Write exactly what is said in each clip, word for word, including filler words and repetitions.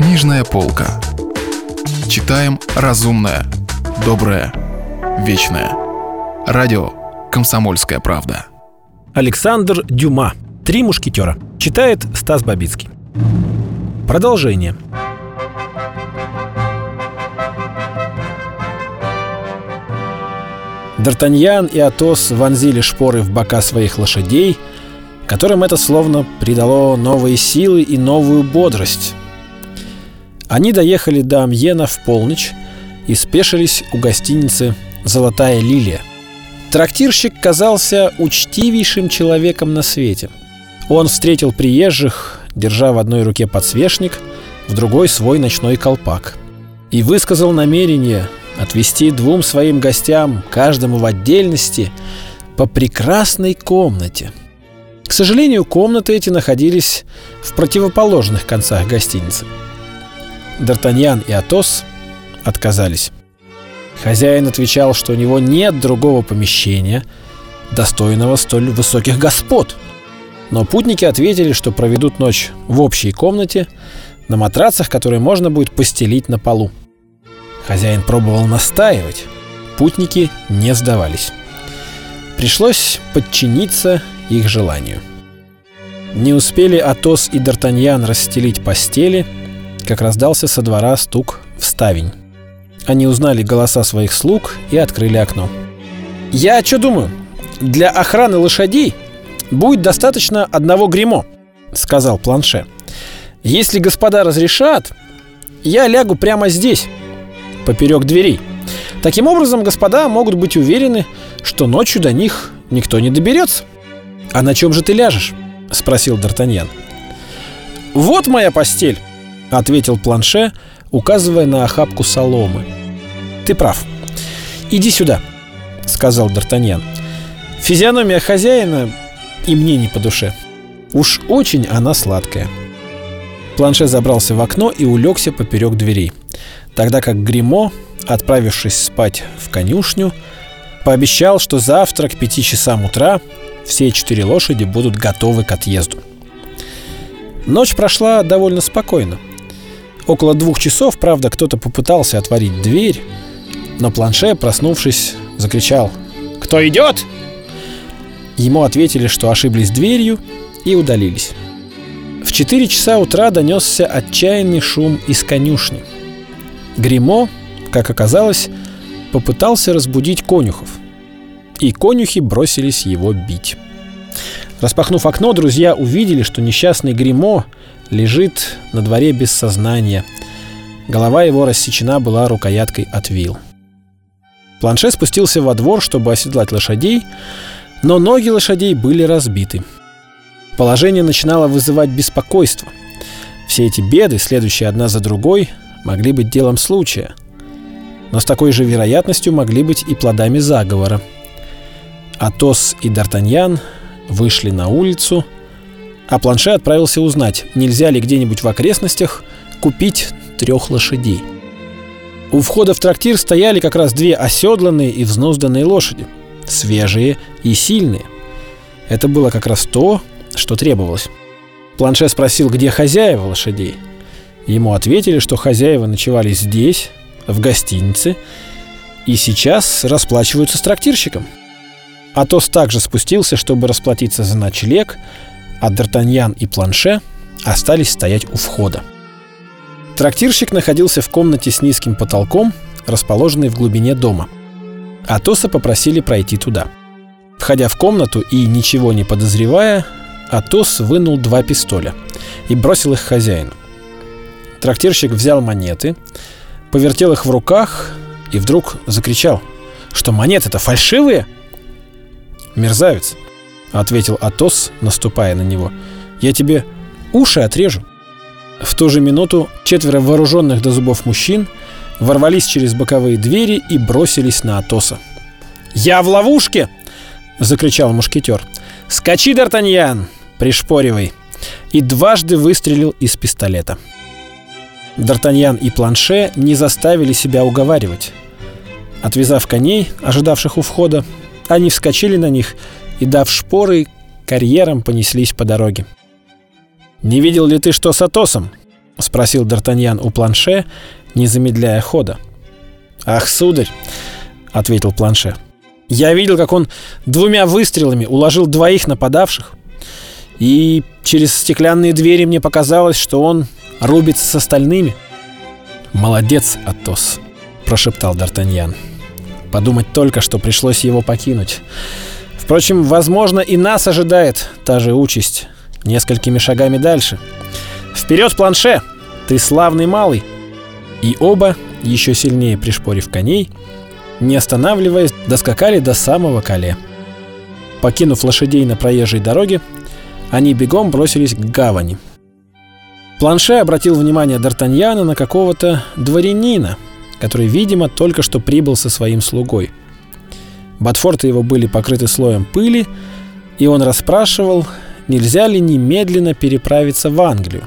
Книжная полка. Читаем разумное, доброе, вечное. Радио «Комсомольская правда». Александр Дюма. «Три мушкетера». Читает Стас Бабицкий. Продолжение. Д'Артаньян и Атос вонзили шпоры в бока своих лошадей, которым это словно придало новые силы и новую бодрость. Они доехали до Амьена в полночь и спешились у гостиницы «Золотая лилия». Трактирщик казался учтивейшим человеком на свете. Он встретил приезжих, держа в одной руке подсвечник, в другой свой ночной колпак, и высказал намерение отвести двум своим гостям, каждому в отдельности, по прекрасной комнате. К сожалению, комнаты эти находились в противоположных концах гостиницы. Д'Артаньян и Атос отказались. Хозяин отвечал, что у него нет другого помещения, достойного столь высоких господ. Но путники ответили, что проведут ночь в общей комнате на матрацах, которые можно будет постелить на полу. Хозяин пробовал настаивать. Путники не сдавались. Пришлось подчиниться их желанию. Не успели Атос и Д'Артаньян расстелить постели, как раздался со двора стук в ставень. Они узнали голоса своих слуг и открыли окно. «Я что думаю, для охраны лошадей будет достаточно одного гримо», — сказал Планше. «Если господа разрешат, я лягу прямо здесь, поперек дверей. Таким образом, господа могут быть уверены, что ночью до них никто не доберется». «А на чем же ты ляжешь?» — спросил Д'Артаньян. «Вот моя постель», — ответил Планше, указывая на охапку соломы. «Ты прав. Иди сюда», — сказал Д'Артаньян. «Физиономия хозяина и мне не по душе. Уж очень она сладкая». Планше забрался в окно и улегся поперек дверей, тогда как гримо, отправившись спать в конюшню, пообещал, что завтра к пяти часам утра все четыре лошади будут готовы к отъезду. Ночь прошла довольно спокойно. Около двух часов, правда, кто-то попытался отворить дверь, но Планше, проснувшись, закричал: «Кто идет?». Ему ответили, что ошиблись дверью, и удалились. В четыре часа утра донесся отчаянный шум из конюшни. Гримо, как оказалось, попытался разбудить конюхов, и конюхи бросились его бить. Распахнув окно, друзья увидели, что несчастный гримо лежит на дворе без сознания. Голова его рассечена была рукояткой от вил. Планше спустился во двор, чтобы оседлать лошадей, но ноги лошадей были разбиты. Положение начинало вызывать беспокойство. Все эти беды, следующие одна за другой, могли быть делом случая, но с такой же вероятностью могли быть и плодами заговора. Атос и Д'Артаньян вышли на улицу, а Планше отправился узнать, нельзя ли где-нибудь в окрестностях купить трех лошадей. У входа в трактир стояли как раз две оседланные и взнузданные лошади, свежие и сильные. Это было как раз то, что требовалось. Планше спросил, где хозяева лошадей. Ему ответили, что хозяева ночевали здесь, в гостинице, и сейчас расплачиваются с трактирщиком. Атос также спустился, чтобы расплатиться за ночлег, а Д'Артаньян и Планше остались стоять у входа. Трактирщик находился в комнате с низким потолком, расположенной в глубине дома. Атоса попросили пройти туда. Входя в комнату и ничего не подозревая, Атос вынул два пистоля и бросил их хозяину. Трактирщик взял монеты, повертел их в руках и вдруг закричал, что монеты-то фальшивые. «Мерзавец», — ответил Атос, наступая на него, — «я тебе уши отрежу». В ту же минуту четверо вооруженных до зубов мужчин ворвались через боковые двери и бросились на Атоса. «Я в ловушке!» — закричал мушкетер. «Скачи, Д'Артаньян, пришпоривай!» И дважды выстрелил из пистолета. Д'Артаньян и Планше не заставили себя уговаривать. Отвязав коней, ожидавших у входа, они вскочили на них и, дав шпоры, карьером понеслись по дороге. «Не видел ли ты, что с Атосом?» — спросил Д'Артаньян у Планше, не замедляя хода. «Ах, сударь!» — ответил Планше. «Я видел, как он двумя выстрелами уложил двоих нападавших, и через стеклянные двери мне показалось, что он рубится с остальными». «Молодец, Атос!» — прошептал Д'Артаньян. «Подумать только, что пришлось его покинуть. Впрочем, возможно, и нас ожидает та же участь несколькими шагами дальше. Вперед, Планше! Ты славный малый!» И оба, еще сильнее пришпорив коней, не останавливаясь, доскакали до самого Кале. Покинув лошадей на проезжей дороге, они бегом бросились к гавани. Планше обратил внимание Д'Артаньяна на какого-то дворянина, который, видимо, только что прибыл со своим слугой. Ботфорты его были покрыты слоем пыли, и он расспрашивал, нельзя ли немедленно переправиться в Англию.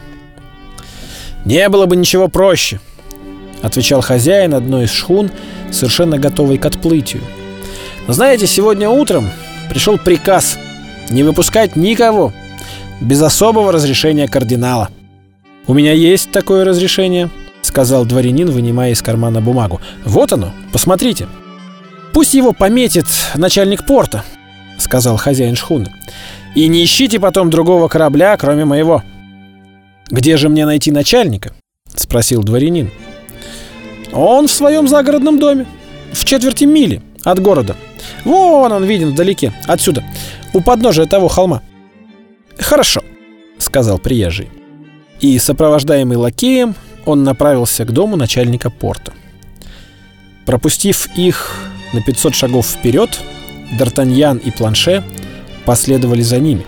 «Не было бы ничего проще», — отвечал хозяин одной из шхун, совершенно готовый к отплытию. «Но знаете, сегодня утром пришел приказ не выпускать никого без особого разрешения кардинала». «У меня есть такое разрешение», — сказал дворянин, вынимая из кармана бумагу. «Вот оно, посмотрите». «Пусть его пометит начальник порта», — сказал хозяин шхуны. «И не ищите потом другого корабля, кроме моего». «Где же мне найти начальника?» — спросил дворянин. «Он в своем загородном доме, в четверти мили от города. Вон он виден вдалеке, отсюда, у подножия того холма». «Хорошо», — сказал приезжий. И, сопровождаемый лакеем, он направился к дому начальника порта. Пропустив их на пятьсот шагов вперед, Д'Артаньян и Планше последовали за ними.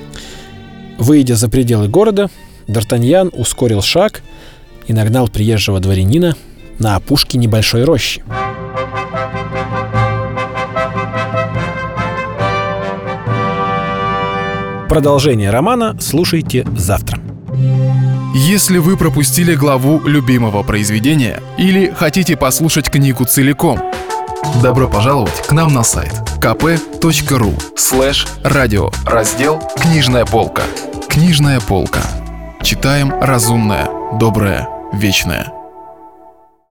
Выйдя за пределы города, Д'Артаньян ускорил шаг и нагнал приезжего дворянина на опушке небольшой рощи. Продолжение романа слушайте завтра. Если вы пропустили главу любимого произведения или хотите послушать книгу целиком, добро пожаловать к нам на сайт ка пэ точка ру слэш радио, раздел «Книжная полка». Книжная полка. Читаем разумное, доброе, вечное.